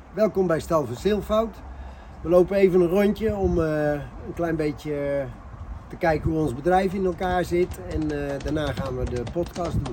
Welkom bij Stal van Zilfout. We lopen even een rondje om een klein beetje te kijken hoe ons bedrijf in elkaar zit. En daarna gaan we de podcast doen.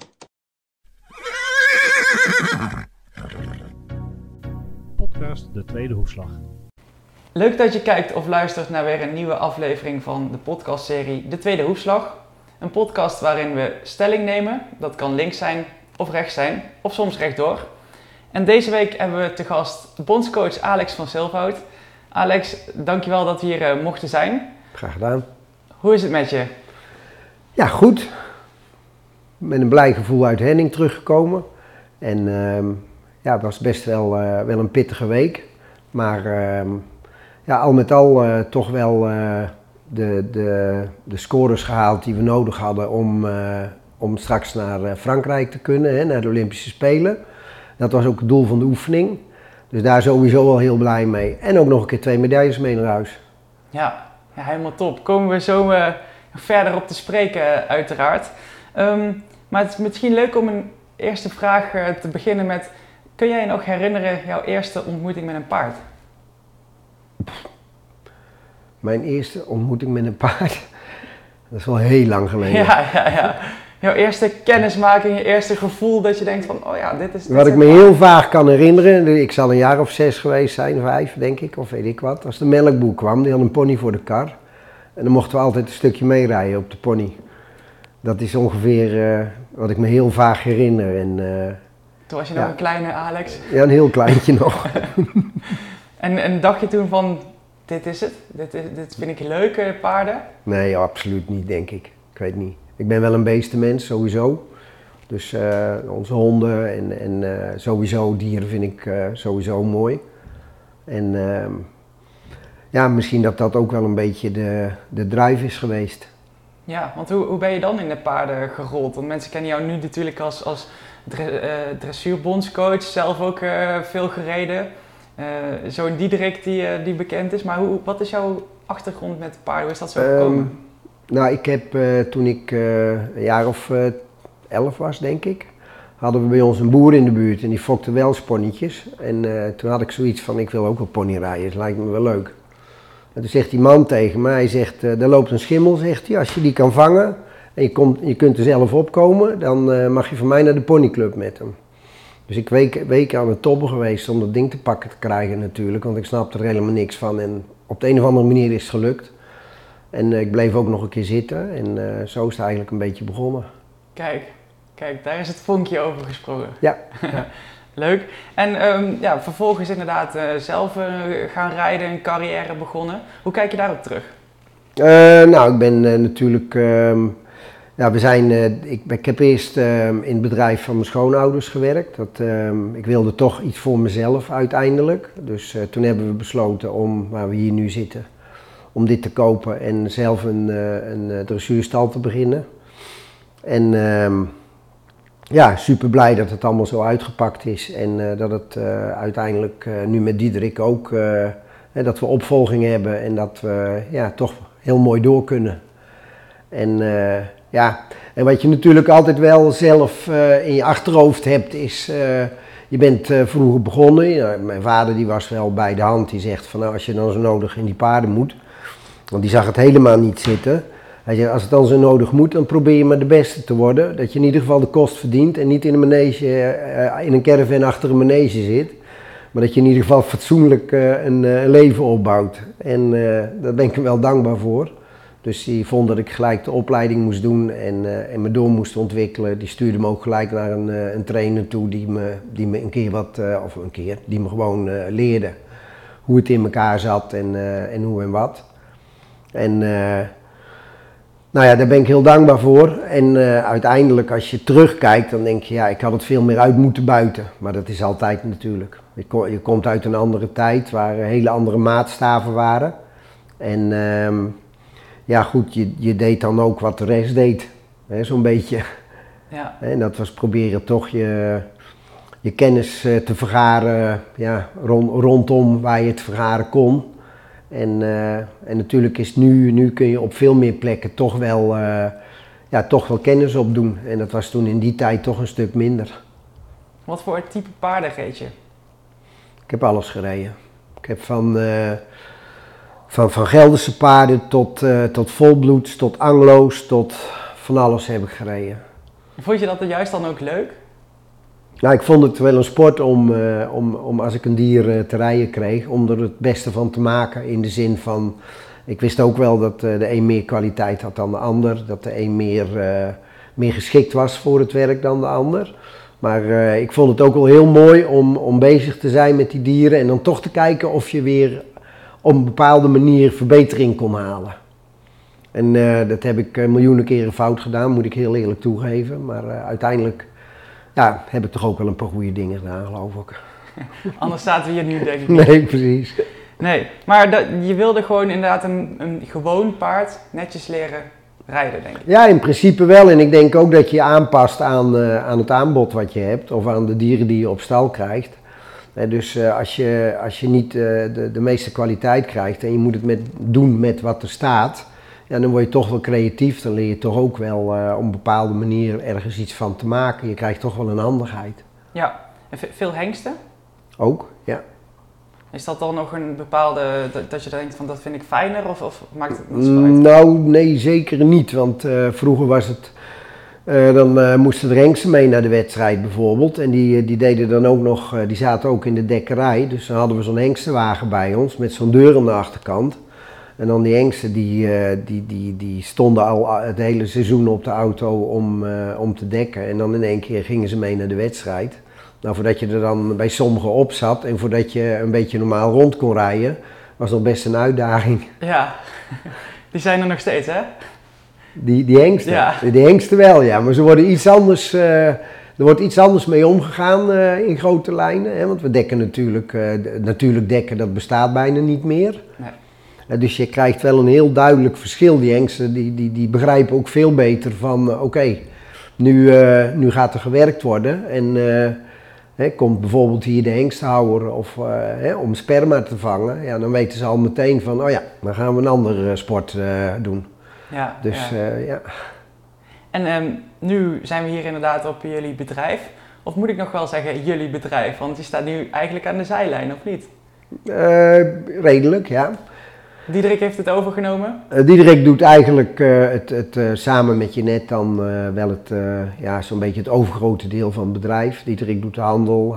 Podcast De Tweede Hoefslag. Leuk dat je kijkt of luistert naar weer een nieuwe aflevering van de podcastserie De Tweede Hoefslag. Een podcast waarin we stelling nemen. Dat kan links zijn of rechts zijn, of soms rechtdoor. En deze week hebben we te gast bondscoach Alex van Zilfout. Alex, dankjewel dat we hier mochten zijn. Graag gedaan. Hoe is het met je? Ja, goed. Met een blij gevoel uit Henning teruggekomen. En het was best wel een pittige week. Maar al met al toch wel de scores gehaald die we nodig hadden om straks naar Frankrijk te kunnen, naar de Olympische Spelen. Dat was ook het doel van de oefening. Dus daar sowieso wel heel blij mee. En ook nog een keer 2 medailles mee naar huis. Ja, helemaal top. Komen we zo verder op te spreken uiteraard. Maar het is misschien leuk om een eerste vraag te beginnen met... Kun jij je nog herinneren jouw eerste ontmoeting met een paard? Mijn eerste ontmoeting met een paard? Dat is wel heel lang geleden. Ja. Jouw eerste kennismaking, je eerste gevoel dat je denkt van, oh ja, dit is... Wat ik me heel vaag kan herinneren, ik zal een jaar of 6 geweest zijn, 5 denk ik, of weet ik wat. Als de melkboer kwam, die had een pony voor de kar. En dan mochten we altijd een stukje meerijden op de pony. Dat is ongeveer wat ik me heel vaag herinner. En, toen was je nog een kleine Alex? Ja, een heel kleintje nog. En dacht je toen van, dit is het? Dit vind ik leuke paarden? Nee, absoluut niet, denk ik. Ik weet niet. Ik ben wel een beestenmens, sowieso. Dus onze honden en sowieso dieren vind ik sowieso mooi. En misschien dat ook wel een beetje de drive is geweest. Ja, want hoe ben je dan in de paarden gerold? Want mensen kennen jou nu natuurlijk als dressuurbondscoach, zelf ook veel gereden. Zo'n Diederik die bekend is. Maar wat is jouw achtergrond met paarden? Hoe is dat zo gekomen? Ik heb toen ik een jaar of 11 was, denk ik, hadden we bij ons een boer in de buurt en die fokte wel ponnetjes. En toen had ik zoiets van, ik wil ook wel pony rijden, dat lijkt me wel leuk. En toen zegt die man tegen mij, hij zegt, er loopt een schimmel, zegt hij, als je die kan vangen en je kunt er zelf opkomen, dan mag je van mij naar de ponyclub met hem. Dus ik weken aan het tobben geweest om dat ding te pakken te krijgen natuurlijk, want ik snapte er helemaal niks van en op de een of andere manier is het gelukt. En ik bleef ook nog een keer zitten en zo is het eigenlijk een beetje begonnen. Kijk, daar is het vonkje over gesprongen. Ja. Leuk. En vervolgens inderdaad zelf gaan rijden, een carrière begonnen. Hoe kijk je daarop terug? Ik ben natuurlijk... ik heb eerst in het bedrijf van mijn schoonouders gewerkt. Ik wilde toch iets voor mezelf uiteindelijk. Dus toen hebben we besloten om, waar we hier nu zitten, om dit te kopen en zelf een dressuurstal te beginnen. En super blij dat het allemaal zo uitgepakt is en dat het uiteindelijk nu met Diederik ook, dat we opvolging hebben en dat we toch heel mooi door kunnen. En wat je natuurlijk altijd wel zelf in je achterhoofd hebt is, je bent vroeger begonnen. Mijn vader die was wel bij de hand, die zegt van als je dan zo nodig in die paarden moet, want die zag het helemaal niet zitten. Hij zei, als het dan zo nodig moet, dan probeer je maar de beste te worden. Dat je in ieder geval de kost verdient en niet in een manege, in een caravan achter een manege zit. Maar dat je in ieder geval fatsoenlijk een leven opbouwt. En daar ben ik hem wel dankbaar voor. Dus die vond dat ik gelijk de opleiding moest doen en me door moest ontwikkelen. Die stuurde me ook gelijk naar een trainer toe die me die me gewoon leerde hoe het in elkaar zat en hoe en wat. En daar ben ik heel dankbaar voor. En uiteindelijk als je terugkijkt, dan denk je, ik had het veel meer uit moeten buiten. Maar dat is altijd natuurlijk. Je komt uit een andere tijd waar hele andere maatstaven waren. En je deed dan ook wat de rest deed. Zo'n beetje. Ja. En dat was proberen toch je kennis te vergaren rondom waar je het vergaren kon. En natuurlijk is nu kun je op veel meer plekken toch wel kennis opdoen. En dat was toen in die tijd toch een stuk minder. Wat voor type paarden reed je? Ik heb alles gereden. Ik heb van Gelderse paarden tot volbloeds, tot anglo's, tot van alles heb ik gereden. Vond je dat er juist dan ook leuk? Nou, ik vond het wel een sport om als ik een dier te rijden kreeg, om er het beste van te maken. In de zin van, ik wist ook wel dat de een meer kwaliteit had dan de ander. Dat de een meer geschikt was voor het werk dan de ander. Maar ik vond het ook wel heel mooi om bezig te zijn met die dieren en dan toch te kijken of je weer op een bepaalde manier verbetering kon halen. En dat heb ik miljoenen keren fout gedaan, moet ik heel eerlijk toegeven. Maar uiteindelijk heb ik toch ook wel een paar goede dingen gedaan, geloof ik. Anders zaten we hier nu, denk ik niet. Nee, precies. Nee, maar je wilde gewoon inderdaad een gewoon paard netjes leren rijden, denk ik. Ja, in principe wel. En ik denk ook dat je je aanpast aan het aanbod wat je hebt of aan de dieren die je op stal krijgt. Dus als je niet de meeste kwaliteit krijgt en je moet het doen met wat er staat, ja, dan word je toch wel creatief. Dan leer je toch ook wel op een bepaalde manier ergens iets van te maken. Je krijgt toch wel een handigheid. Ja, en veel hengsten? Ook, ja. Is dat dan nog een bepaalde, dat je denkt van dat vind ik fijner of maakt het niet zo uit? Nou, nee, zeker niet. Want vroeger was het, dan moesten de hengsten mee naar de wedstrijd bijvoorbeeld. En die deden dan ook nog, die zaten ook in de dekkerij. Dus dan hadden we zo'n hengstenwagen bij ons met zo'n deur aan de achterkant. En dan die hengsten die stonden al het hele seizoen op de auto om te dekken. En dan in één keer gingen ze mee naar de wedstrijd. Nou, voordat je er dan bij sommigen op zat en voordat je een beetje normaal rond kon rijden, was nog best een uitdaging. Ja, die zijn er nog steeds, hè? Die hengsten? Ja. Die hengsten wel, ja. Maar ze worden iets anders, er wordt iets anders mee omgegaan in grote lijnen. Hè? Want we dekken natuurlijk dekken, dat bestaat bijna niet meer. Nee. Dus je krijgt wel een heel duidelijk verschil. Die hengsten die begrijpen ook veel beter van oké, nu gaat er gewerkt worden. En komt bijvoorbeeld hier de hengsthouwer om sperma te vangen. Ja, dan weten ze al meteen van oh ja, dan gaan we een andere sport doen. Ja, dus ja. En nu zijn we hier inderdaad op jullie bedrijf. Of moet ik nog wel zeggen jullie bedrijf? Want je staat nu eigenlijk aan de zijlijn, of niet? Redelijk, ja. Diederik heeft het overgenomen? Diederik doet eigenlijk het samen met Jeannette dan wel zo'n beetje het overgrote deel van het bedrijf. Diederik doet de handel.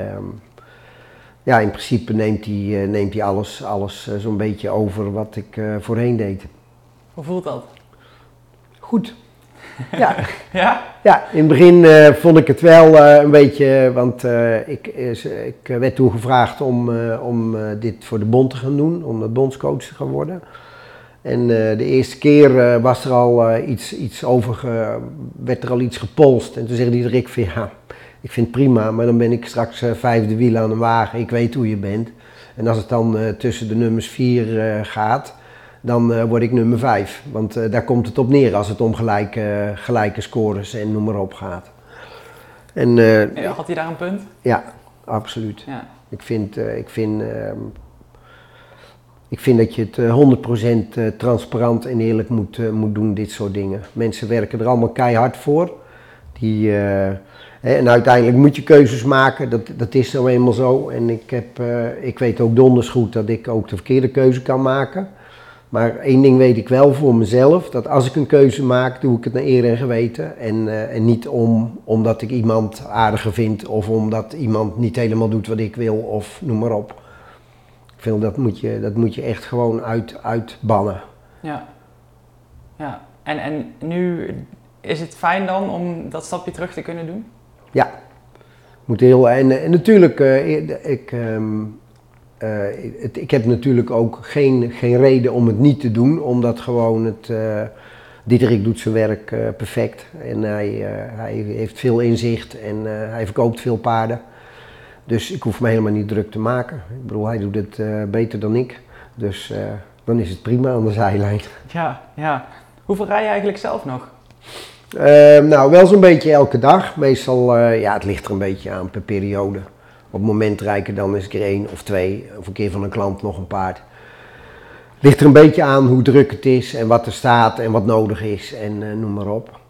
In principe neemt hij alles zo'n beetje over wat ik voorheen deed. Hoe voelt dat? Goed. Ja. Ja? Ja, in het begin vond ik het wel een beetje, want ik werd toen gevraagd om dit voor de bond te gaan doen, om de bondscoach te gaan worden. En de eerste keer was er al werd er al iets gepolst. En toen zei Diederik van ja, ik vind het prima, maar dan ben ik straks vijfde wiel aan een wagen, ik weet hoe je bent. En als het dan tussen de nummers 4 gaat, dan word ik nummer 5. Want daar komt het op neer als het om gelijke scores en noem maar op gaat. En, had hij daar een punt? Ja, absoluut. Ja. Ik vind dat je het 100% transparant en eerlijk moet doen, dit soort dingen. Mensen werken er allemaal keihard voor. En uiteindelijk moet je keuzes maken, dat is nou eenmaal zo. En ik weet ook donders goed dat ik ook de verkeerde keuze kan maken. Maar één ding weet ik wel voor mezelf, dat als ik een keuze maak, doe ik het naar eer en geweten. En niet omdat ik iemand aardiger vind of omdat iemand niet helemaal doet wat ik wil of noem maar op. Ik vind dat moet je echt gewoon uitbannen. Ja. Ja. En nu is het fijn dan om dat stapje terug te kunnen doen? Ja. En natuurlijk, ik heb natuurlijk ook geen reden om het niet te doen, omdat gewoon Diederik doet zijn werk perfect en hij heeft veel inzicht en hij verkoopt veel paarden. Dus ik hoef me helemaal niet druk te maken. Ik bedoel, hij doet het beter dan ik, dus dan is het prima aan de zijlijn. Ja. Hoeveel rij je eigenlijk zelf nog? Nou, wel zo'n beetje elke dag. Meestal, het ligt er een beetje aan per periode. Op het moment rijd ik dan eens een keer 1 of 2, of een keer van een klant nog een paard. Ligt er een beetje aan hoe druk het is en wat er staat en wat nodig is en noem maar op.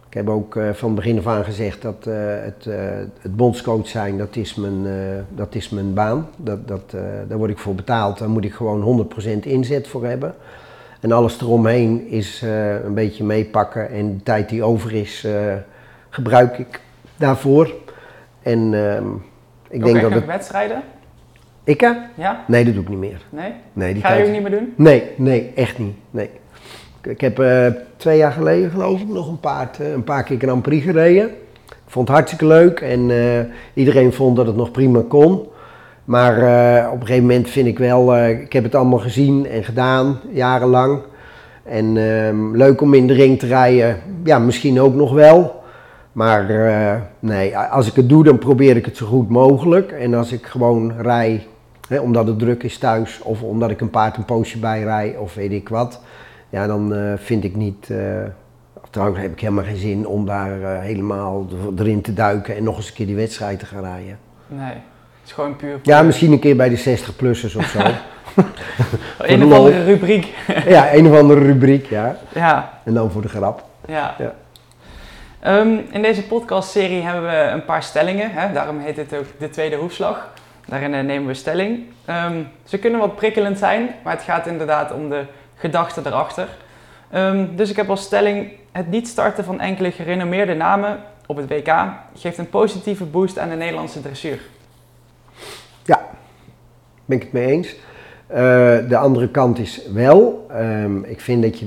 Ik heb ook van begin af aan gezegd dat het bondscoach zijn, dat is mijn baan. Daar word ik voor betaald, daar moet ik gewoon 100% inzet voor hebben. En alles eromheen is een beetje meepakken en de tijd die over is, gebruik ik daarvoor. En ik denk dat nog wedstrijden? Ik hè? Ja? Nee, dat doe ik niet meer. Nee? Die Ga je ook niet meer doen? Nee, echt niet. Nee. Ik heb 2 jaar geleden geloof ik nog een paar keer Grand Prix gereden. Ik vond het hartstikke leuk en iedereen vond dat het nog prima kon. Maar op een gegeven moment vind ik wel, ik heb het allemaal gezien en gedaan, jarenlang. En leuk om in de ring te rijden, ja misschien ook nog wel. Maar nee, als ik het doe dan probeer ik het zo goed mogelijk. En als ik gewoon rij, omdat het druk is thuis of omdat ik een paard een poosje bij rij of weet ik wat. Ja, dan vind ik niet, trouwens heb ik helemaal geen zin om daar helemaal erin te duiken en nog eens een keer die wedstrijd te gaan rijden. Nee, het is gewoon puur... Ja, misschien een keer bij de 60-plussers of zo. Een of andere rubriek. Ja, een of andere rubriek, ja. Ja. En dan voor de grap. Ja. In deze podcastserie hebben we een paar stellingen, hè? Daarom heet het ook de tweede hoefslag. Daarin nemen we stelling. Ze kunnen wat prikkelend zijn, maar het gaat inderdaad om de gedachte erachter. Dus ik heb als stelling: het niet starten van enkele gerenommeerde namen op het WK geeft een positieve boost aan de Nederlandse dressuur. Ja, ben ik het mee eens. De andere kant is wel, ik vind dat je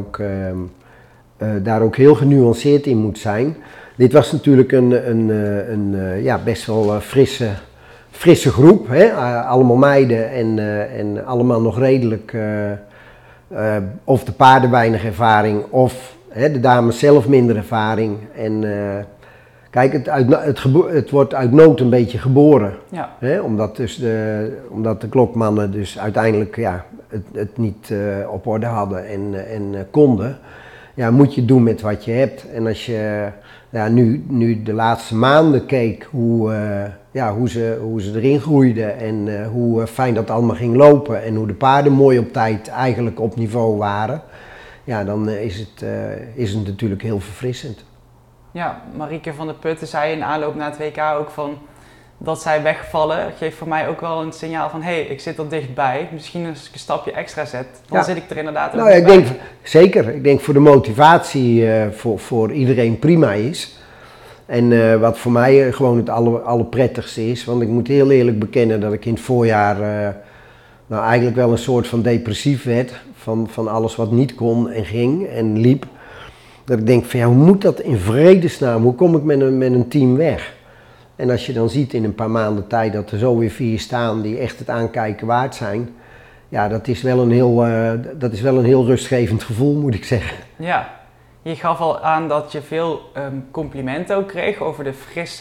daar ook heel genuanceerd in moet zijn. Dit was natuurlijk een best wel frisse groep, hè? Allemaal meiden en allemaal nog redelijk, of de paarden weinig ervaring of de dames zelf minder ervaring. En kijk, het wordt uit nood een beetje geboren, Ja. hè? Omdat de klokmannen dus uiteindelijk het niet op orde hadden en konden. Ja, moet je doen met wat je hebt. En als je nu de laatste maanden keek hoe ze erin groeiden en hoe fijn dat allemaal ging lopen en hoe de paarden mooi op tijd eigenlijk op niveau waren, ja, dan is het natuurlijk heel verfrissend. Ja, Marieke van der Putten zei in aanloop naar het WK ook van dat zij wegvallen, geeft voor mij ook wel een signaal van hey, ik zit er dichtbij. Misschien als ik een stapje extra zet, dan zit ik er inderdaad ook ik denk zeker. Ik denk voor de motivatie voor iedereen prima is. En wat voor mij gewoon het allerprettigste is, want ik moet heel eerlijk bekennen dat ik in het voorjaar eigenlijk wel een soort van depressief werd van alles wat niet kon en ging en liep. Dat ik denk van hoe moet dat in vredesnaam, hoe kom ik met een team weg? En als je dan ziet in een paar maanden tijd dat er zo weer 4 staan die echt het aankijken waard zijn. Ja, dat is wel een heel rustgevend gevoel, moet ik zeggen. Ja, je gaf al aan dat je veel complimenten ook kreeg over de frisse...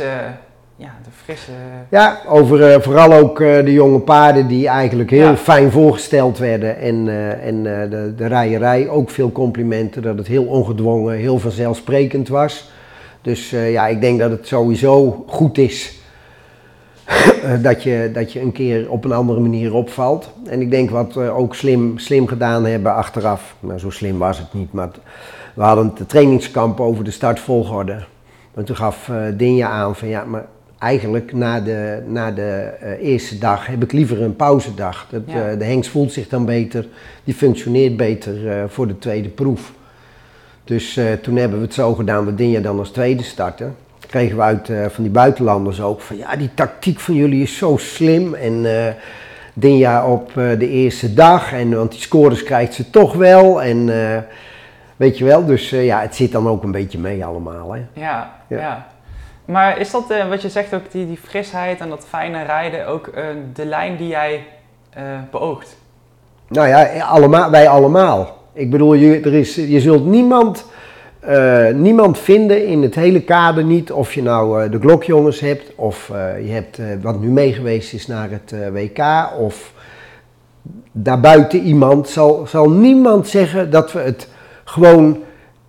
Ja, over vooral ook de jonge paarden die eigenlijk heel fijn voorgesteld werden. En de rijerij ook veel complimenten, dat het heel ongedwongen, heel vanzelfsprekend was. Dus ik denk dat het sowieso goed is dat je een keer op een andere manier opvalt. En ik denk wat we ook slim gedaan hebben achteraf, nou zo slim was het niet, maar we hadden het trainingskamp over de startvolgorde. En toen gaf Dinja aan van maar eigenlijk na de eerste dag heb ik liever een pauzedag. De hengst voelt zich dan beter, die functioneert beter voor de tweede proef. Dus toen hebben we het zo gedaan dat Dinja dan als tweede startte. Kregen we uit van die buitenlanders ook van die tactiek van jullie is zo slim. En Dinja op de eerste dag, want die scores krijgt ze toch wel. En weet je wel, dus het zit dan ook een beetje mee allemaal. Hè? Ja. Maar is dat wat je zegt ook, die frisheid en dat fijne rijden ook de lijn die jij beoogt? Nou ja, wij allemaal. Ik bedoel, je zult niemand vinden in het hele kader niet, of je nou de Glokjongens hebt, of je hebt wat nu meegeweest is naar het WK, of daarbuiten iemand, zal niemand zeggen dat we het gewoon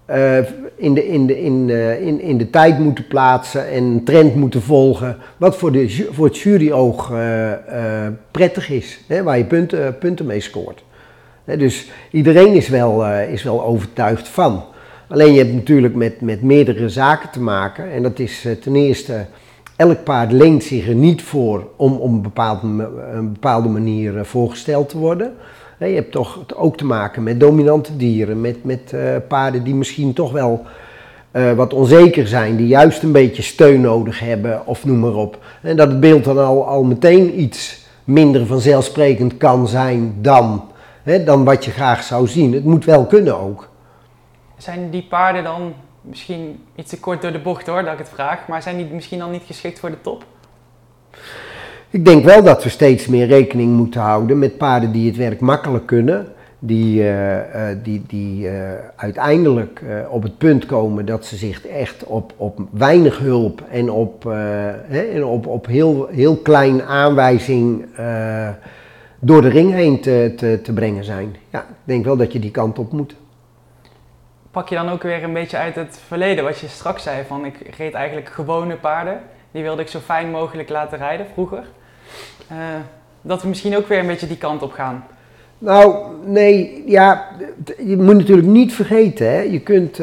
in de tijd moeten plaatsen en een trend moeten volgen, wat voor het juryoog prettig is, hè, waar je punten mee scoort. Dus iedereen is wel overtuigd van. Alleen je hebt natuurlijk met meerdere zaken te maken. En dat is ten eerste, elk paard leent zich er niet voor om op een bepaalde manier voorgesteld te worden. Je hebt toch ook te maken met dominante dieren, met paarden die misschien toch wel wat onzeker zijn, die juist een beetje steun nodig hebben of noem maar op. En dat het beeld dan al meteen iets minder vanzelfsprekend kan zijn dan wat je graag zou zien. Het moet wel kunnen ook. Zijn die paarden dan misschien iets te kort door de bocht hoor, dat ik het vraag, maar zijn die misschien dan niet geschikt voor de top? Ik denk wel dat we steeds meer rekening moeten houden met paarden die het werk makkelijk kunnen. Die uiteindelijk op het punt komen dat ze zich echt op weinig hulp en op heel klein aanwijzing door de ring heen te brengen zijn. Ja, ik denk wel dat je die kant op moet. Pak je dan ook weer een beetje uit het verleden, wat je straks zei, van ik reed eigenlijk gewone paarden. Die wilde ik zo fijn mogelijk laten rijden vroeger. Dat we misschien ook weer een beetje die kant op gaan. Nou, nee, ja, je moet natuurlijk niet vergeten, hè. Je kunt,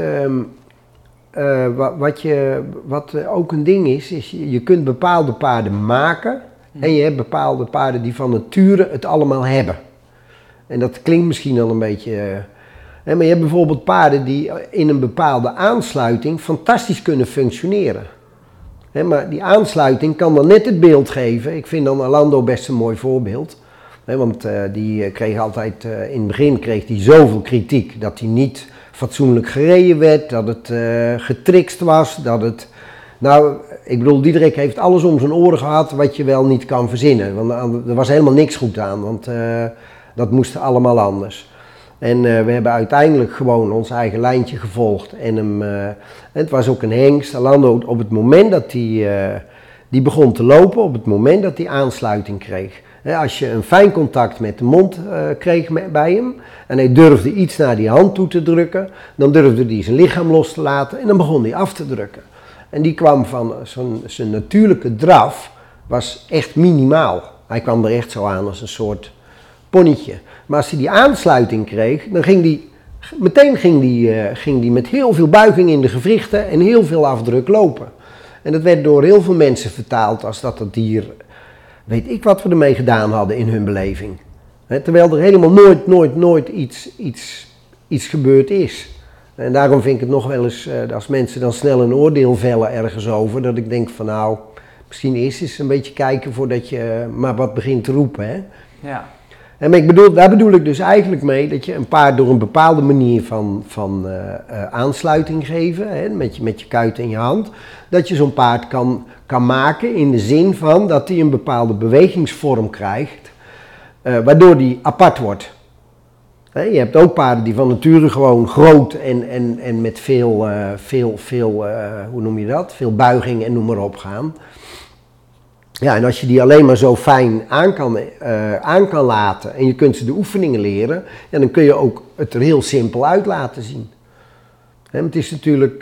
wat ook een ding is je kunt bepaalde paarden maken en je hebt bepaalde paarden die van nature het allemaal hebben. En dat klinkt misschien al een beetje, maar je hebt bijvoorbeeld paarden die in een bepaalde aansluiting fantastisch kunnen functioneren. Maar die aansluiting kan dan net het beeld geven. Ik vind dan Orlando best een mooi voorbeeld. Want die kreeg altijd, in het begin kreeg hij zoveel kritiek dat hij niet fatsoenlijk gereden werd, dat het getrickst was, dat het... Nou, ik bedoel, Diederik heeft alles om zijn oren gehad wat je wel niet kan verzinnen. Want er was helemaal niks goed aan, want dat moest allemaal anders. En we hebben uiteindelijk gewoon ons eigen lijntje gevolgd. En het was ook een hengst. Orlando, op het moment dat die begon te lopen, op het moment dat hij aansluiting kreeg. Als je een fijn contact met de mond kreeg bij hem en hij durfde iets naar die hand toe te drukken, dan durfde hij zijn lichaam los te laten en dan begon hij af te drukken. En die kwam van zijn natuurlijke draf, was echt minimaal. Hij kwam er echt zo aan als een soort ponnetje. Maar als hij die aansluiting kreeg, dan ging die met heel veel buiging in de gewrichten en heel veel afdruk lopen. En dat werd door heel veel mensen vertaald als dat het dier, weet ik wat we ermee gedaan hadden in hun beleving. Terwijl er helemaal nooit iets gebeurd is. En daarom vind ik het nog wel eens, als mensen dan snel een oordeel vellen ergens over, dat ik denk van nou, misschien eerst eens een beetje kijken voordat je maar wat begint te roepen. Hè? Ja. En daar bedoel ik dus eigenlijk mee dat je een paard door een bepaalde manier van aansluiting geven, hè, met je kuit in je hand, dat je zo'n paard kan maken in de zin van dat hij een bepaalde bewegingsvorm krijgt, waardoor die apart wordt. Je hebt ook paarden die van nature gewoon groot en met veel, hoe noem je dat, veel buiging en noem maar op gaan. Ja, en als je die alleen maar zo fijn aan kan laten en je kunt ze de oefeningen leren, ja, dan kun je ook het er heel simpel uit laten zien. Het is natuurlijk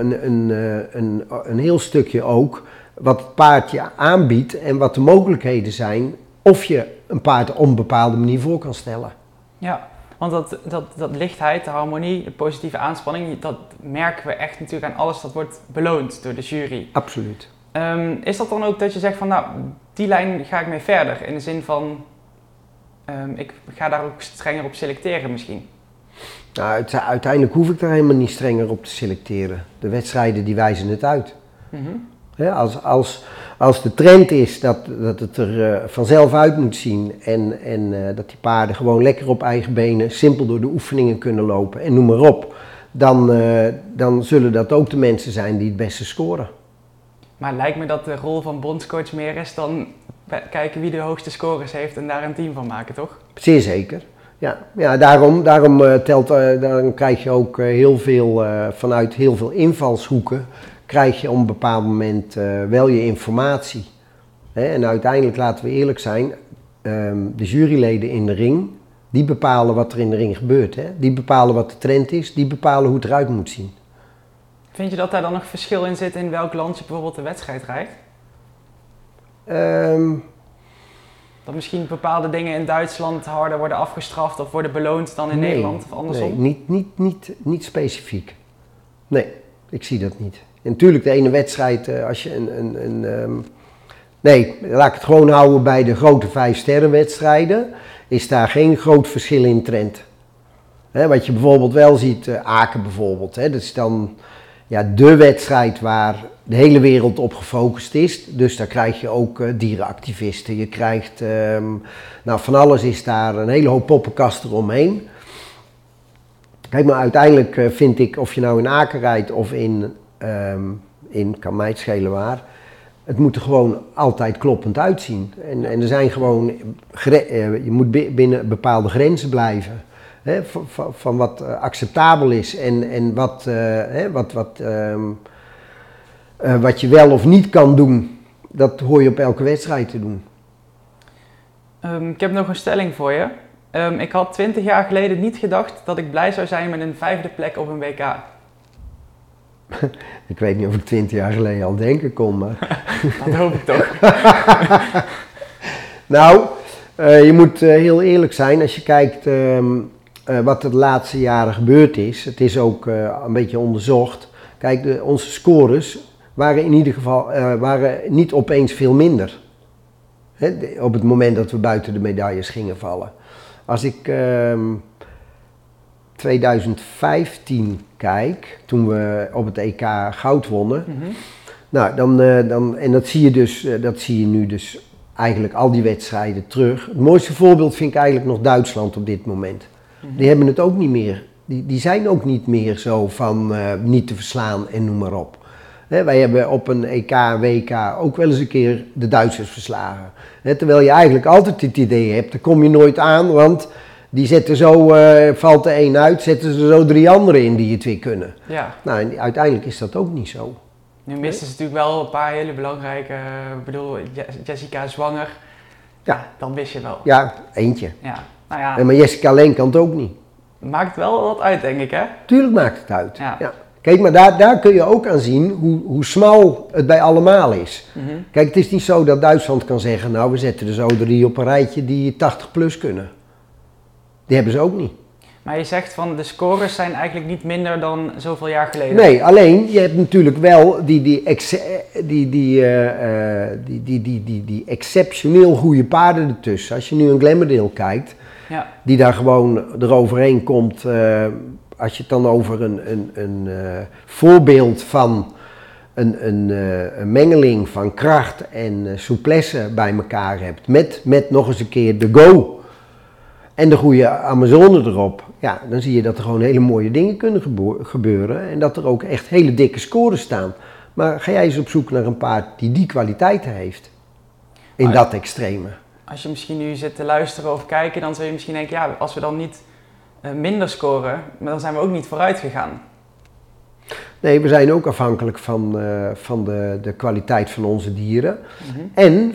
een heel stukje ook wat het paard je aanbiedt en wat de mogelijkheden zijn of je een paard op een bepaalde manier voor kan stellen. Ja, want dat lichtheid, de harmonie, de positieve aanspanning, dat merken we echt natuurlijk aan alles dat wordt beloond door de jury. Absoluut. Is dat dan ook dat je zegt van nou, die lijn ga ik mee verder? In de zin van, ik ga daar ook strenger op selecteren misschien? Nou, uiteindelijk hoef ik daar helemaal niet strenger op te selecteren. De wedstrijden die wijzen het uit. Mm-hmm. Als de trend is dat het er vanzelf uit moet zien en dat die paarden gewoon lekker op eigen benen simpel door de oefeningen kunnen lopen en noem maar op, dan zullen dat ook de mensen zijn die het beste scoren. Maar lijkt me dat de rol van bondscoach meer is dan kijken wie de hoogste scores heeft en daar een team van maken, toch? Zeer zeker. Ja, daarom krijg je ook heel veel, vanuit heel veel invalshoeken, krijg je op een bepaald moment wel je informatie. En uiteindelijk, laten we eerlijk zijn, de juryleden in de ring, die bepalen wat er in de ring gebeurt. Die bepalen wat de trend is, die bepalen hoe het eruit moet zien. Vind je dat daar dan nog verschil in zit in welk land je bijvoorbeeld de wedstrijd rijdt? Dat misschien bepaalde dingen in Duitsland harder worden afgestraft of worden beloond dan in Nederland of andersom? Nee, niet specifiek. Nee, ik zie dat niet. En natuurlijk de ene wedstrijd, als je nee, laat ik het gewoon houden bij de grote 5-sterrenwedstrijden, is daar geen groot verschil in trend. Wat je bijvoorbeeld wel ziet, Aken bijvoorbeeld, dat is dan de wedstrijd waar de hele wereld op gefocust is. Dus daar krijg je ook dierenactivisten, je krijgt, van alles is daar, een hele hoop poppenkast eromheen. Kijk, maar uiteindelijk vind ik, of je nou in Aken rijdt of kan mij het schelen waar, het moet er gewoon altijd kloppend uitzien. En er zijn gewoon, je moet binnen bepaalde grenzen blijven. Van wat acceptabel is en wat je wel of niet kan doen, dat hoor je op elke wedstrijd te doen. Ik heb nog een stelling voor je. Ik had 20 jaar geleden niet gedacht dat ik blij zou zijn met een 5e plek op een WK. Ik weet niet of ik 20 jaar geleden al denken kon, maar... Dat hoop ik toch. Nou, je moet heel eerlijk zijn als je kijkt wat er de laatste jaren gebeurd is. Het is ook een beetje onderzocht. Kijk, onze scores waren in ieder geval niet opeens veel minder. Op het moment dat we buiten de medailles gingen vallen. Als ik 2015 kijk, toen we op het EK goud wonnen. Mm-hmm. Nou, en dat zie je nu dus eigenlijk al die wedstrijden terug. Het mooiste voorbeeld vind ik eigenlijk nog Duitsland op dit moment. Mm-hmm. Die hebben het ook niet meer. Die zijn ook niet meer zo van niet te verslaan en noem maar op. Wij hebben op een EK, WK ook wel eens een keer de Duitsers verslagen. Terwijl je eigenlijk altijd het idee hebt, daar kom je nooit aan, want die zetten zo, valt er één uit, zetten ze zo 3 anderen in die het weer kunnen. Ja. Nou, en uiteindelijk is dat ook niet zo. Nu misten ze natuurlijk wel een paar hele belangrijke, ik bedoel, Jessica zwanger. Ja, dan wist je wel. Ja, eentje. Ja. Nou ja. Maar Jessica alleen kan het ook niet. Maakt wel wat uit, denk ik, hè? Tuurlijk maakt het uit. Ja. Ja. Kijk, maar daar kun je ook aan zien hoe smal het bij allemaal is. Mm-hmm. Kijk, het is niet zo dat Duitsland kan zeggen, nou we zetten er zo 3 op een rijtje die 80 plus kunnen. Die hebben ze ook niet. Maar je zegt van de scores zijn eigenlijk niet minder dan zoveel jaar geleden. Nee, alleen je hebt natuurlijk wel die exceptioneel goede paarden ertussen. Als je nu een Glamourdale kijkt, die daar gewoon eroverheen komt. Als je het dan over een voorbeeld van een mengeling van kracht en souplesse bij elkaar hebt. Met nog eens een keer de go. En de goede Amazone erop, ja, dan zie je dat er gewoon hele mooie dingen kunnen gebeuren. En dat er ook echt hele dikke scores staan. Maar ga jij eens op zoek naar een paard die kwaliteiten heeft. In dat extreme. Als je misschien nu zit te luisteren of kijken, dan zul je misschien denken, ja, als we dan niet minder scoren, maar dan zijn we ook niet vooruit gegaan. Nee, we zijn ook afhankelijk van de kwaliteit van onze dieren. Mm-hmm. En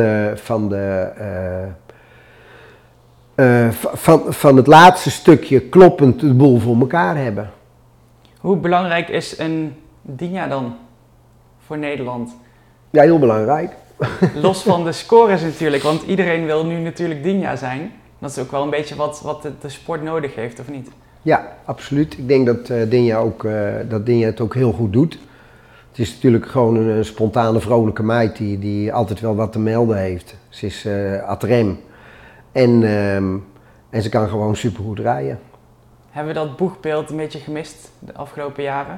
van het laatste stukje kloppend de boel voor elkaar hebben. Hoe belangrijk is een Dinja dan voor Nederland? Ja, heel belangrijk. Los van de scores natuurlijk, want iedereen wil nu natuurlijk Dinja zijn. Dat is ook wel een beetje wat de sport nodig heeft, of niet? Ja, absoluut. Ik denk dat Dinja het ook heel goed doet. Het is natuurlijk gewoon een spontane, vrolijke meid die altijd wel wat te melden heeft. Ze is ad rem. En ze kan gewoon supergoed rijden. Hebben we dat boegbeeld een beetje gemist de afgelopen jaren?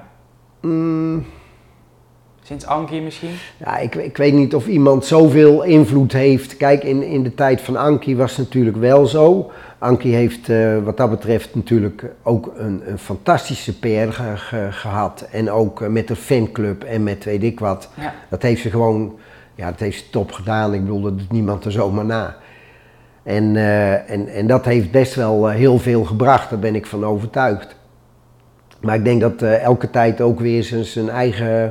Sinds Ankie misschien? Ja, ik weet niet of iemand zoveel invloed heeft. Kijk, in de tijd van Ankie was het natuurlijk wel zo. Ankie heeft wat dat betreft natuurlijk ook een fantastische PR gehad. En ook met de fanclub en met weet ik wat. Ja. Dat heeft ze gewoon, dat heeft ze top gedaan. Ik bedoel, dat doet niemand er zomaar na. En dat heeft best wel heel veel gebracht, daar ben ik van overtuigd. Maar ik denk dat elke tijd ook weer zijn eigen...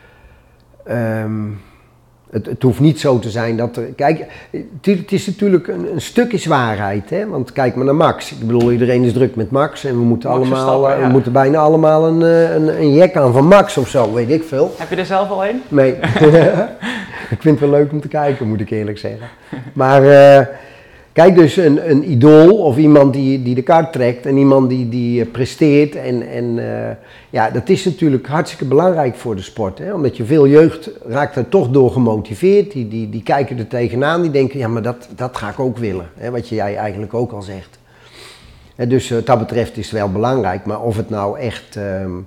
Het hoeft niet zo te zijn dat er... Kijk, het is natuurlijk een stuk is waarheid, hè? Want kijk maar naar Max. Ik bedoel, iedereen is druk met Max en we moeten bijna allemaal een jack aan van Max of zo, weet ik veel. Heb je er zelf al een? Nee. Ik vind het wel leuk om te kijken, moet ik eerlijk zeggen. Maar... Kijk, dus een idool of iemand die de kaart trekt en iemand die presteert. Ja, dat is natuurlijk hartstikke belangrijk voor de sport. Hè? Omdat je veel jeugd raakt er toch door gemotiveerd. Die kijken er tegenaan, die denken, ja, maar dat ga ik ook willen. Hè? Wat jij eigenlijk ook al zegt. Dus wat dat betreft is het wel belangrijk. Maar of het nou echt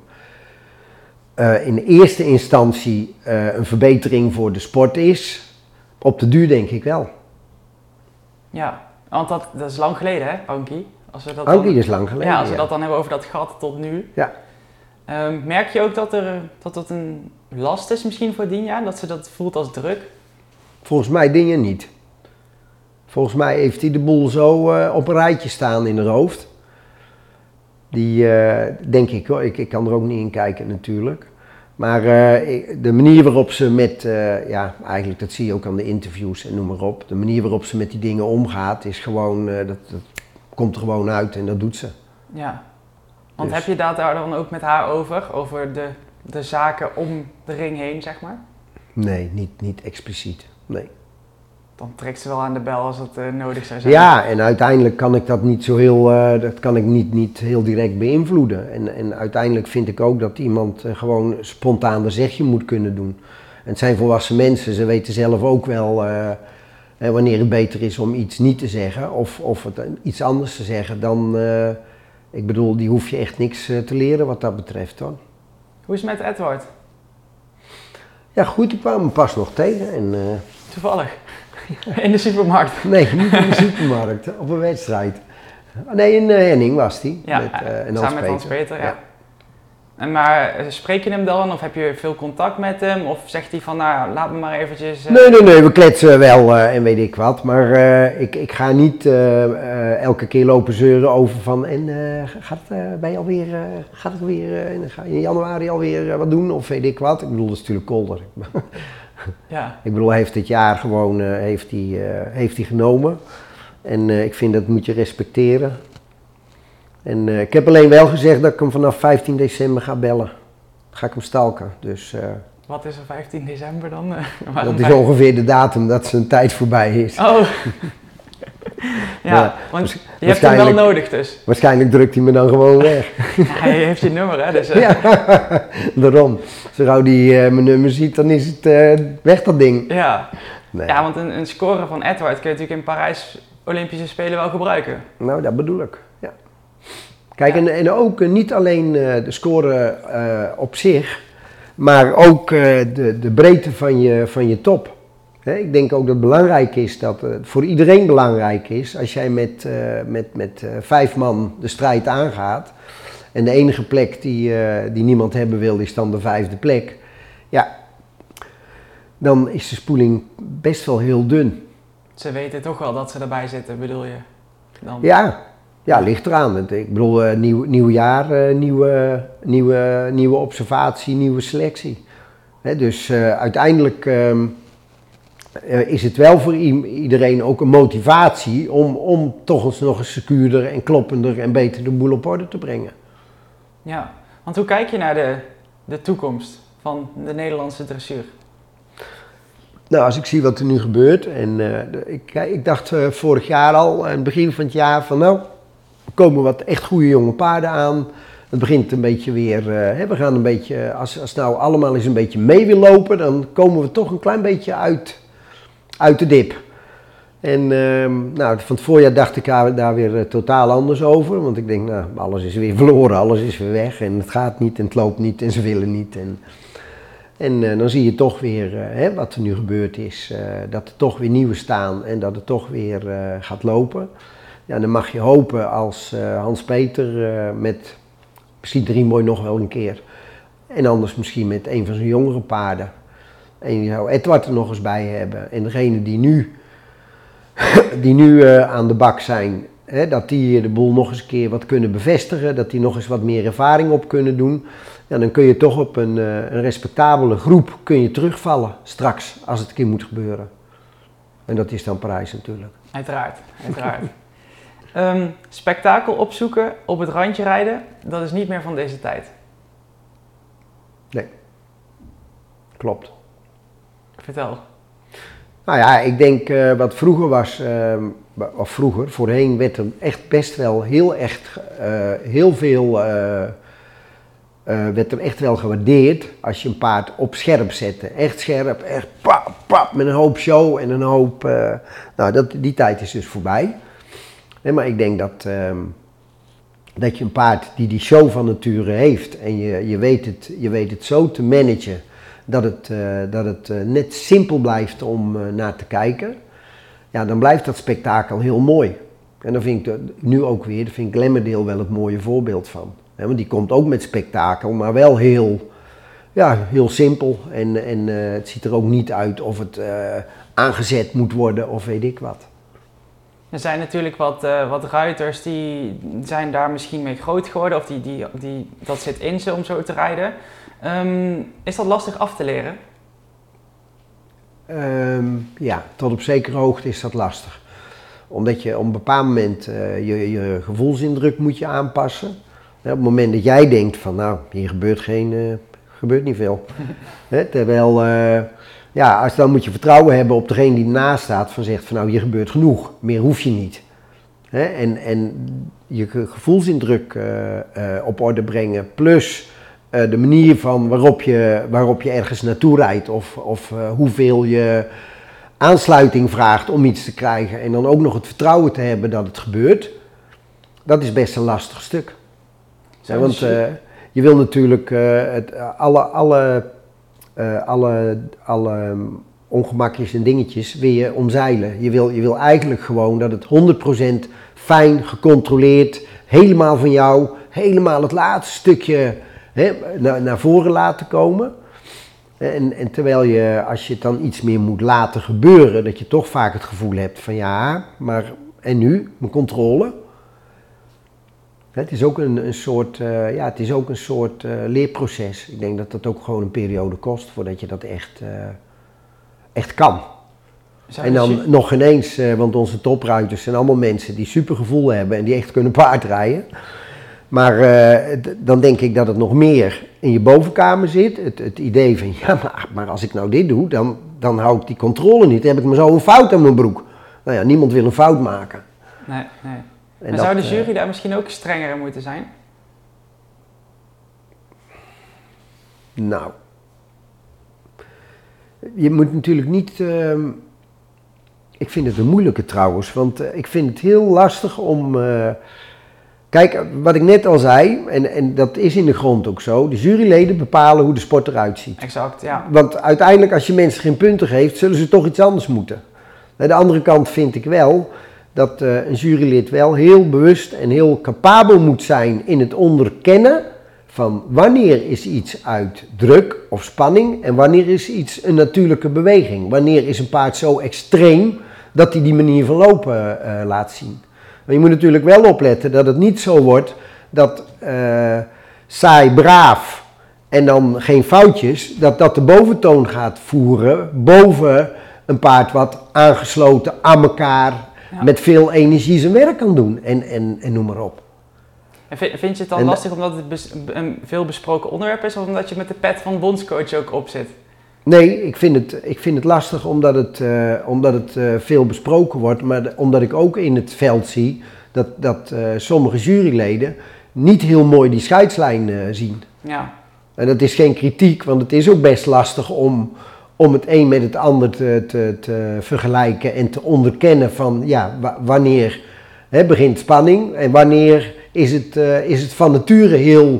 in eerste instantie een verbetering voor de sport is, op de duur denk ik wel. Ja, want dat is lang geleden, hè, Ankie? Ankie is lang geleden. Ja, als we dat dan hebben over dat gat tot nu. Ja. Merk je ook dat het een last is misschien voor Dinja? Dat ze dat voelt als druk? Volgens mij Dinja niet. Volgens mij heeft hij de boel zo op een rijtje staan in haar hoofd. Die denk ik hoor, ik kan er ook niet in kijken natuurlijk. Maar de manier waarop ze met, ja eigenlijk dat zie je ook aan de interviews en noem maar op. De manier waarop ze met die dingen omgaat is gewoon, dat komt er gewoon uit en dat doet ze. Ja, want Dus. heb je daar dan ook met haar over de zaken om de ring heen, zeg maar? Nee, niet expliciet, nee. Dan trekt ze wel aan de bel als het nodig zou zijn. Ja, en uiteindelijk kan ik dat niet zo heel, dat kan ik niet heel direct beïnvloeden. En uiteindelijk vind ik ook dat iemand gewoon spontaan een zegje moet kunnen doen. En het zijn volwassen mensen, ze weten zelf ook wel wanneer het beter is om iets niet te zeggen of het iets anders te zeggen. Dan, ik bedoel, die hoef je echt niks te leren wat dat betreft hoor. Hoe is het met Edward? Ja goed, ik kwam hem pas nog tegen. En, Toevallig? In de supermarkt? nee, niet in de supermarkt, op een wedstrijd. Nee, in Henning was hij. Ja, met samen met Hans-Peter, ja. En maar spreek je hem dan of heb je veel contact met hem? Of zegt hij van, nou, laat me maar eventjes... Nee, we kletsen wel en weet ik wat. Maar ik ga niet elke keer lopen zeuren over van... En gaat het weer ga je in januari alweer wat doen of weet ik wat? Ik bedoel, dat is natuurlijk kolder. Ja. Ik bedoel, hij heeft dit jaar gewoon heeft hij genomen. En ik vind dat moet je respecteren. En ik heb alleen wel gezegd dat ik hem vanaf 15 december ga bellen. Dan ga ik hem stalken. Dus, Wat is er 15 december dan? dat is ongeveer de datum dat zijn tijd voorbij is. Oh. Ja, want je hebt hem wel nodig dus. Waarschijnlijk drukt hij me dan gewoon weg. Ja, hij heeft je nummer hè, dus... Ja, daarom. Zo gauw die mijn nummer ziet, dan is het weg dat ding. Ja, Nee. ja want een score van Edward kun je natuurlijk in Parijs Olympische Spelen wel gebruiken. Nou, dat bedoel ik. Ja. Kijk, en ook niet alleen de score op zich, maar ook de breedte van je top. Hè, ik denk ook dat het belangrijk is, dat het voor iedereen belangrijk is, als jij met 5 man de strijd aangaat en de enige plek die niemand hebben wil is dan de 5e plek, ja, dan is de spoeling best wel heel dun. Ze weten toch wel dat ze erbij zitten, bedoel je? Dan... Ja, ligt eraan. Ik bedoel, nieuw jaar, nieuwe observatie, nieuwe selectie. Dus uiteindelijk is het wel voor iedereen ook een motivatie om toch eens nog eens secuurder en kloppender en beter de boel op orde te brengen. Ja, want hoe kijk je naar de toekomst van de Nederlandse dressuur? Nou, als ik zie wat er nu gebeurt en ik dacht vorig jaar al, aan het begin van het jaar van nou, er komen wat echt goede jonge paarden aan. Het begint een beetje weer, we gaan een beetje, als het nou allemaal eens een beetje mee wil lopen, dan komen we toch een klein beetje uit de dip. En nou, van het voorjaar dacht ik daar weer totaal anders over, want ik denk, nou, alles is weer verloren, alles is weer weg en het gaat niet en het loopt niet en ze willen niet. En dan zie je toch weer wat er nu gebeurd is, dat er toch weer nieuwe staan en dat het toch weer gaat lopen. Ja, dan mag je hopen als Hans-Peter met misschien Driemooi nog wel een keer. En anders misschien met een van zijn jongere paarden. En je zou Edward er nog eens bij hebben. En degene die nu aan de bak zijn, dat die de boel nog eens een keer wat kunnen bevestigen. Dat die nog eens wat meer ervaring op kunnen doen. Ja, dan kun je toch op een respectabele groep kun je terugvallen straks als het een keer moet gebeuren. En dat is dan Parijs natuurlijk. Uiteraard, uiteraard. Spektakel opzoeken, op het randje rijden, dat is niet meer van deze tijd. Nee, klopt. Vertel. Nou ja, ik denk wat vroeger of vroeger, voorheen werd er echt best wel heel veel, werd er echt wel gewaardeerd als je een paard op scherp zette. Echt scherp, echt pap, pap, met een hoop show en een hoop, die tijd is dus voorbij. Nee, maar ik denk dat je een paard die show van nature heeft en je weet het zo te managen dat het net simpel blijft om naar te kijken, ja, dan blijft dat spektakel heel mooi. En dan vind ik nu ook weer, daar vind ik Glemmerdale wel het mooie voorbeeld van. Want die komt ook met spektakel, maar wel heel simpel. En het ziet er ook niet uit of het aangezet moet worden of weet ik wat. Er zijn natuurlijk wat ruiters die zijn daar misschien mee groot geworden of dat zit in ze om zo te rijden. Is dat lastig af te leren? Ja, tot op zekere hoogte is dat lastig. Omdat je op een bepaald moment je gevoelsindruk moet je aanpassen. Op het moment dat jij denkt van nou, hier gebeurt niet veel. Terwijl, dan moet je vertrouwen hebben op degene die ernaast staat van zegt van nou, hier gebeurt genoeg, meer hoef je niet. En je gevoelsindruk op orde brengen plus de manier van waarop je ergens naartoe rijdt of hoeveel je aansluiting vraagt om iets te krijgen en dan ook nog het vertrouwen te hebben dat het gebeurt, dat is best een lastig stuk. Ja, want je wil natuurlijk alle ongemakjes en dingetjes weer omzeilen. Je wil eigenlijk gewoon dat het 100% fijn, gecontroleerd, helemaal van jou, helemaal het laatste stukje naar voren laten komen. En terwijl je, als je het dan iets meer moet laten gebeuren, dat je toch vaak het gevoel hebt van ja, maar en nu, mijn controle? Het is ook een soort leerproces. Ik denk dat dat ook gewoon een periode kost voordat je dat echt kan. En dan nog ineens, want onze topruiters zijn allemaal mensen die super gevoel hebben en die echt kunnen paardrijden. Maar dan denk ik dat het nog meer in je bovenkamer zit. Het idee van, ja, maar als ik nou dit doe, dan hou ik die controle niet. Dan heb ik maar zo een fout aan mijn broek. Nou ja, niemand wil een fout maken. Nee. En zou de jury daar misschien ook strenger in moeten zijn? Nou, je moet natuurlijk niet... ik vind het een moeilijke trouwens, want ik vind het heel lastig om... Kijk, wat ik net al zei, en dat is in de grond ook zo, de juryleden bepalen hoe de sport eruit ziet. Exact, ja. Want uiteindelijk als je mensen geen punten geeft, zullen ze toch iets anders moeten. Aan de andere kant vind ik wel dat een jurylid wel heel bewust en heel capabel moet zijn in het onderkennen van wanneer is iets uit druk of spanning en wanneer is iets een natuurlijke beweging. Wanneer is een paard zo extreem dat hij die manier van lopen laat zien. Maar je moet natuurlijk wel opletten dat het niet zo wordt dat saai, braaf en dan geen foutjes, dat de boventoon gaat voeren boven een paard wat aangesloten aan elkaar met veel energie zijn werk kan doen en noem maar op. En vind je het dan lastig omdat het een veel besproken onderwerp is of omdat je met de pet van bondscoach ook op zit? Nee, ik vind het lastig omdat het veel besproken wordt, maar omdat ik ook in het veld zie dat sommige juryleden niet heel mooi die scheidslijn zien. Ja. En dat is geen kritiek, want het is ook best lastig om het een met het ander te vergelijken en te onderkennen van ja, wanneer begint spanning en wanneer is het van nature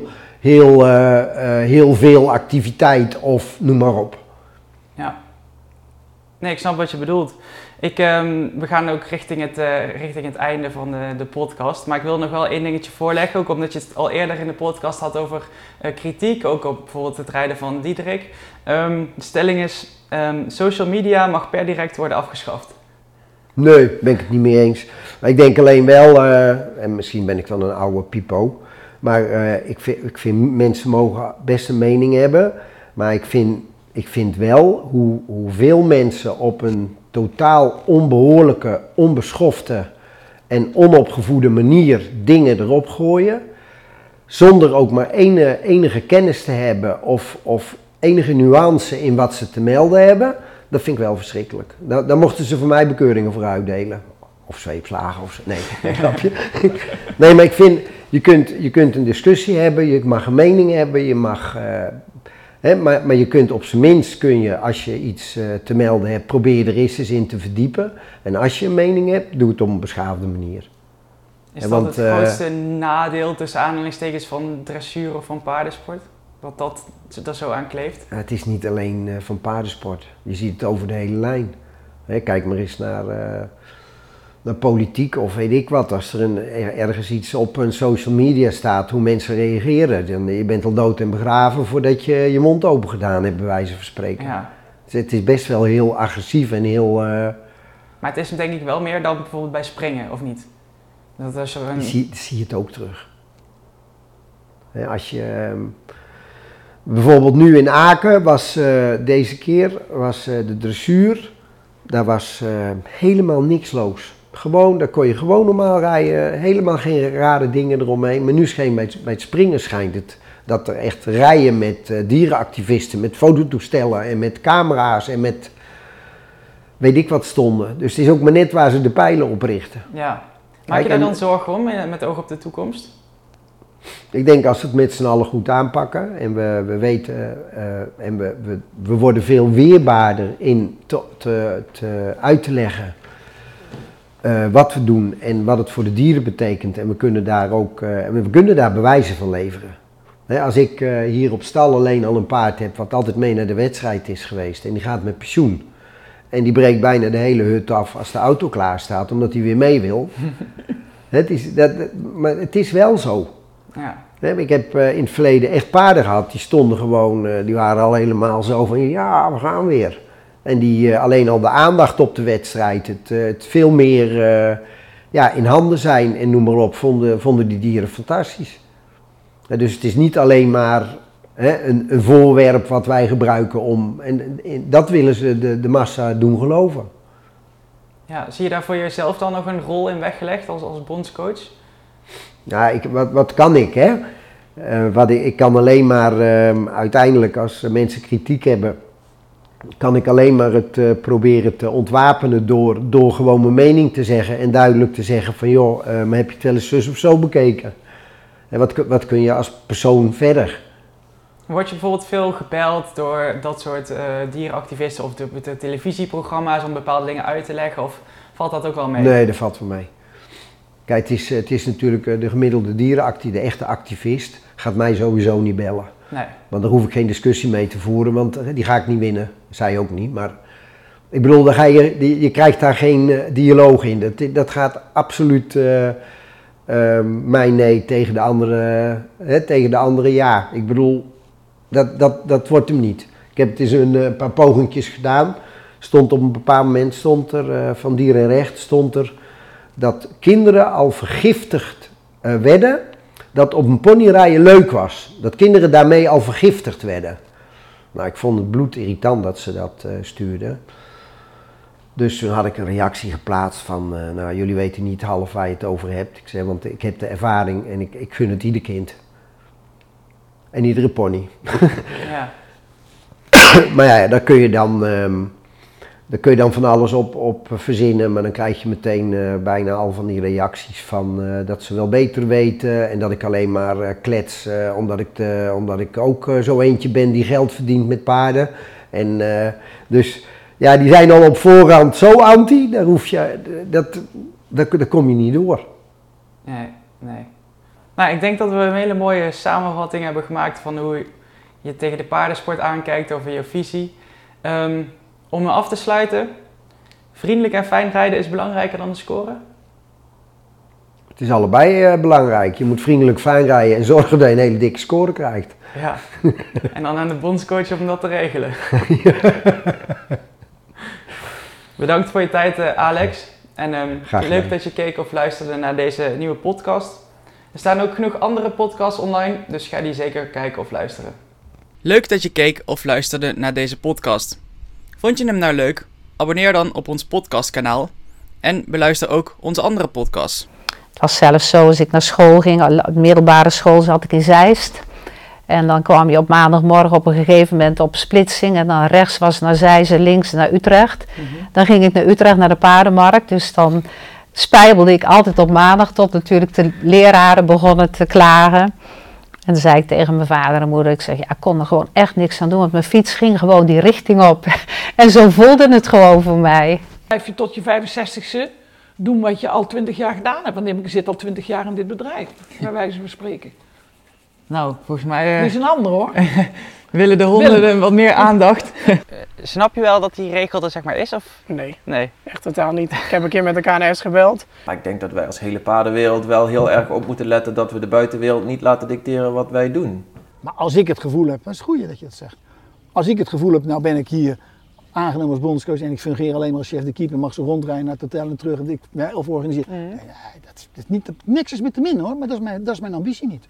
heel veel activiteit of noem maar op. Ja. Nee, ik snap wat je bedoelt. We gaan ook richting het einde van de podcast. Maar ik wil nog wel één dingetje voorleggen. Ook omdat je het al eerder in de podcast had over kritiek. Ook op bijvoorbeeld het rijden van Diederik. De stelling is, social media mag per direct worden afgeschaft. Nee, ben ik het niet mee eens. Maar ik denk alleen wel, en misschien ben ik dan een oude pipo. Maar ik vind mensen mogen best een mening hebben. Maar ik vind wel hoeveel mensen op een totaal onbehoorlijke, onbeschofte en onopgevoede manier dingen erop gooien, zonder ook maar enige kennis te hebben of enige nuance in wat ze te melden hebben, dat vind ik wel verschrikkelijk. Daar mochten ze voor mij bekeuringen voor uitdelen. Of zweepslagen of zo. Nee, geen grapje. Nee, maar ik vind, je kunt een discussie hebben, je mag een mening hebben, je mag... maar je kunt op zijn minst, als je iets te melden hebt, probeer er eens in te verdiepen. En als je een mening hebt, doe het op een beschaafde manier. Is dat het grootste nadeel tussen aanhalingstekens van dressuur of van paardensport? Wat dat zo aan kleeft? Het is niet alleen van paardensport. Je ziet het over de hele lijn. Kijk maar eens naar politiek of weet ik wat. Als er ergens iets op een social media staat, hoe mensen reageren. Dan, je bent al dood en begraven voordat je je mond open gedaan hebt, bij wijze van spreken. Ja. Dus het is best wel heel agressief en heel... Maar het is denk ik wel meer dan bijvoorbeeld bij springen, of niet? Dat als er zie je het ook terug. Als je... bijvoorbeeld nu in Aken was deze keer de dressuur, daar was helemaal niks los. Daar kon je gewoon normaal rijden, helemaal geen rare dingen eromheen. Maar nu bij het springen schijnt het dat er echt rijen met dierenactivisten, met fototoestellen en met camera's en met weet ik wat stonden. Dus het is ook maar net waar ze de pijlen op richten. Ja. Maak je daar dan zorgen om met oog op de toekomst? Ik denk als we het met z'n allen goed aanpakken en we weten en we worden veel weerbaarder in uit te leggen wat we doen en wat het voor de dieren betekent. En we kunnen daar bewijzen van leveren. Als ik hier op stal alleen al een paard heb wat altijd mee naar de wedstrijd is geweest en die gaat met pensioen. En die breekt bijna de hele hut af als de auto klaar staat omdat hij weer mee wil. Maar het is wel zo. Ja. Ik heb in het verleden echt paarden gehad, die stonden gewoon, die waren al helemaal zo van ja, we gaan weer. En die alleen al de aandacht op de wedstrijd, het veel meer in handen zijn en noem maar op, vonden die dieren fantastisch. Dus het is niet alleen maar een voorwerp wat wij gebruiken om, en dat willen ze de massa doen geloven. Ja, zie je daar voor jezelf dan nog een rol in weggelegd als bondscoach? Ja, wat kan ik, hè? Ik kan alleen maar uiteindelijk, als mensen kritiek hebben, kan ik alleen maar het proberen te ontwapenen door gewoon mijn mening te zeggen en duidelijk te zeggen van joh, maar heb je het wel eens zus of zo bekeken? En wat kun je als persoon verder? Word je bijvoorbeeld veel gebeld door dat soort dierenactivisten of de televisieprogramma's om bepaalde dingen uit te leggen of valt dat ook wel mee? Nee, dat valt wel mee. Kijk, het is natuurlijk de gemiddelde dierenactivist, de echte activist, gaat mij sowieso niet bellen. Nee. Want daar hoef ik geen discussie mee te voeren, want die ga ik niet winnen. Zij ook niet, maar ik bedoel, je krijgt daar geen dialoog in. Dat gaat absoluut mijn nee tegen de andere ja. Ik bedoel, dat wordt hem niet. Ik heb het eens een paar pogingjes gedaan. Stond op een bepaald moment, van Dier en Recht, dat kinderen al vergiftigd werden, dat op een ponyrijden leuk was. Dat kinderen daarmee al vergiftigd werden. Nou, ik vond het bloedirritant dat ze dat stuurden. Dus toen had ik een reactie geplaatst van, jullie weten niet half waar je het over hebt. Ik zei, want ik heb de ervaring en ik gun het ieder kind. En iedere pony. Ja. Maar ja, daar kun je dan van alles op verzinnen, maar dan krijg je meteen bijna al van die reacties van dat ze wel beter weten en dat ik alleen maar klets omdat ik ook zo eentje ben die geld verdient met paarden. En dus ja, die zijn al op voorhand zo anti, daar kom je niet door. Nee. Nou, ik denk dat we een hele mooie samenvatting hebben gemaakt van hoe je tegen de paardensport aankijkt over je visie. Om me af te sluiten, vriendelijk en fijn rijden is belangrijker dan de score? Het is allebei belangrijk. Je moet vriendelijk fijn rijden en zorgen dat je een hele dikke score krijgt. Ja, en dan aan de bondscoach om dat te regelen. Bedankt voor je tijd, Alex. En leuk dat je keek of luisterde naar deze nieuwe podcast. Er staan ook genoeg andere podcasts online, dus ga die zeker kijken of luisteren. Leuk dat je keek of luisterde naar deze podcast. Vond je hem nou leuk? Abonneer dan op ons podcastkanaal en beluister ook onze andere podcasts. Het was zelfs zo, als ik naar school ging, middelbare school zat ik in Zeist. En dan kwam je op maandagmorgen op een gegeven moment op splitsing. En dan rechts was naar Zeist en links naar Utrecht. Mm-hmm. Dan ging ik naar Utrecht, naar de paardenmarkt. Dus dan spijbelde ik altijd op maandag tot natuurlijk de leraren begonnen te klagen. En toen zei ik tegen mijn vader en moeder, ik zeg, ja, ik kon er gewoon echt niks aan doen, want mijn fiets ging gewoon die richting op. En zo voelde het gewoon voor mij. Blijf je tot je 65ste doen wat je al 20 jaar gedaan hebt. Want ik zit al 20 jaar in dit bedrijf, bij wijze van spreken. Nou, volgens mij Die is een ander hoor. willen de honden wat meer aandacht. Snap je wel dat die regel er zeg maar is? Of? Nee, echt totaal niet. Ik heb een keer met de KNS gebeld. Maar ik denk dat wij als hele paardenwereld wel heel erg op moeten letten dat we de buitenwereld niet laten dicteren wat wij doen. Maar als ik het gevoel heb, dat is het goeie dat je het zegt. Als ik het gevoel heb, nou ben ik hier aangenomen als bondscoach en ik fungeer alleen maar als chef de keeper, mag ze rondrijden naar het hotel en terug of organiseren. Nee, niks is met te min hoor, maar dat is mijn ambitie niet.